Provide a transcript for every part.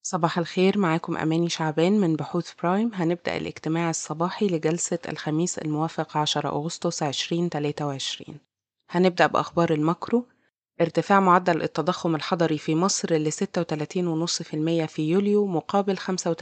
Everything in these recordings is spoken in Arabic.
صباح الخير، معاكم أماني شعبان من بحوث برايم. هنبدأ الاجتماع الصباحي لجلسة الخميس الموافق 10 أغسطس 2023. هنبدأ بأخبار الماكرو. ارتفاع معدل التضخم الحضري في مصر ل 36.5% في يوليو مقابل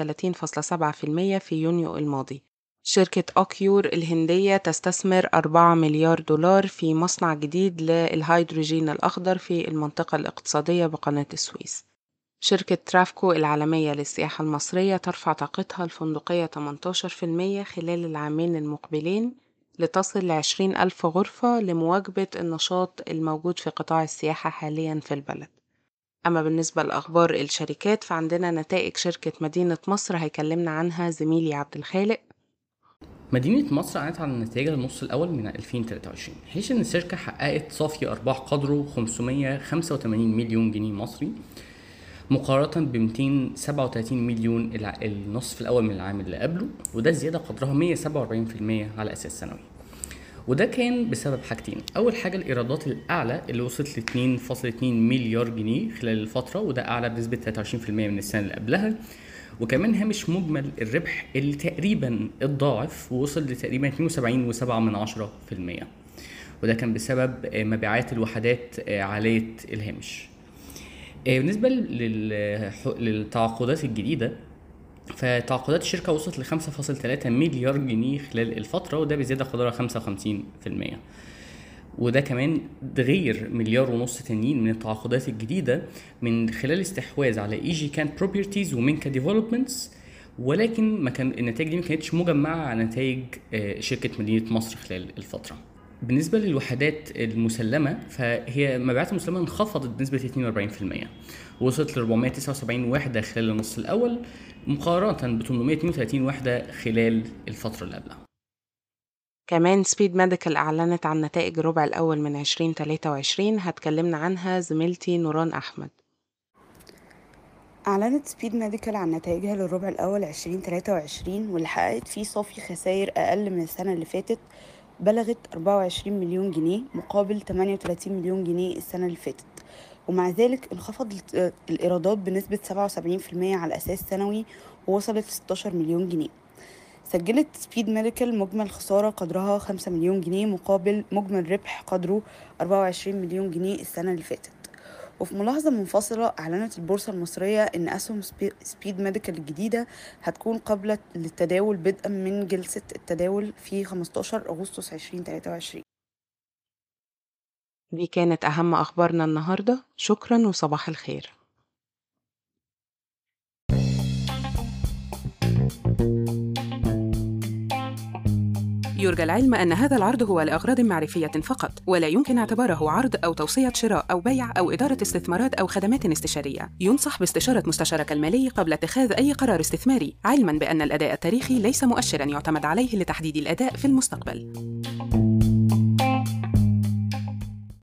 35.7% في يونيو الماضي. شركة أوكيور الهندية تستثمر 4 مليار دولار في مصنع جديد للهيدروجين الأخضر في المنطقة الاقتصادية بقناة السويس. شركة ترافكو العالمية للسياحة المصرية ترفع طاقتها الفندقية 18% خلال العامين المقبلين لتصل ل20 ألف غرفة لمواكبة النشاط الموجود في قطاع السياحة حاليا في البلد. أما بالنسبة لأخبار الشركات فعندنا نتائج شركة مدينة مصر هيكلمنا عنها زميلي عبد الخالق. مدينة مصر أعلنت عن النتائج للنص الأول من 2023، حيث إن الشركة حققت صافي أرباح قدره 585 مليون جنيه مصري مقارنة ب 237 مليون النصف الأول من العام اللي قبله، وده زيادة قدرها 147% على أساس سنوي. وده كان بسبب حاجتين. أول حاجة الإيرادات الأعلى اللي وصلت ل 2.2 مليار جنيه خلال الفترة، وده أعلى بنسبة 23% من السنة اللي قبلها. وكمان هامش مجمل الربح اللي تقريبا اتضاعف ووصل لتقريبا 72.7%، وده كان بسبب مبيعات الوحدات عالية الهامش. بالنسبة للتعاقدات الجديدة، فتعاقدات الشركة وصلت ل 5.3 مليار جنيه خلال الفترة، وده بزيادة قدرها 55%. وده كمان غير مليار ونص تانيين من التعاقدات الجديدة من خلال استحواذ على اي جي كان بروبرتيز ومينكا ديفلوبمنتس، ولكن ما كان النتائج دي ما كانتش مجمعة على نتائج شركة مدينة مصر خلال الفترة. بالنسبة للوحدات المسلمة، فهي مبيعات المسلمة انخفضت بنسبة 42%، وصلت ل 479 وحدة خلال النص الأول مقارنة ب 832 وحدة خلال الفترة اللي قبلها. كمان سبيد ميديكال أعلنت عن نتائج الربع الأول من 2023 هتكلمنا عنها زميلتي نوران أحمد. أعلنت سبيد ميديكال عن نتائجها للربع الأول 2023، واللي حققت فيه صافي خسائر أقل من السنة اللي فاتت، بلغت 24 مليون جنيه مقابل 38 مليون جنيه السنة اللي فاتت. ومع ذلك انخفضت الإيرادات بنسبة 77% على أساس سنوي، ووصلت 16 مليون جنيه. سجلت سبيد ميديكال مجمل خسارة قدرها 5 مليون جنيه مقابل مجمل ربح قدره 24 مليون جنيه السنة اللي فاتت. وفي ملاحظة منفصلة، أعلنت البورصة المصرية إن أسهم سبيد ميديكال الجديدة هتكون قابلة للتداول بدءا من جلسة التداول في 15 أغسطس 2023. دي كانت أهم أخبارنا النهاردة، شكرا وصباح الخير. يرجى العلم أن هذا العرض هو لأغراض معرفية فقط، ولا يمكن اعتباره عرض أو توصية شراء أو بيع أو إدارة استثمارات أو خدمات استشارية. ينصح باستشارة مستشارك المالي قبل اتخاذ أي قرار استثماري، علماً بأن الأداء التاريخي ليس مؤشراً يعتمد عليه لتحديد الأداء في المستقبل.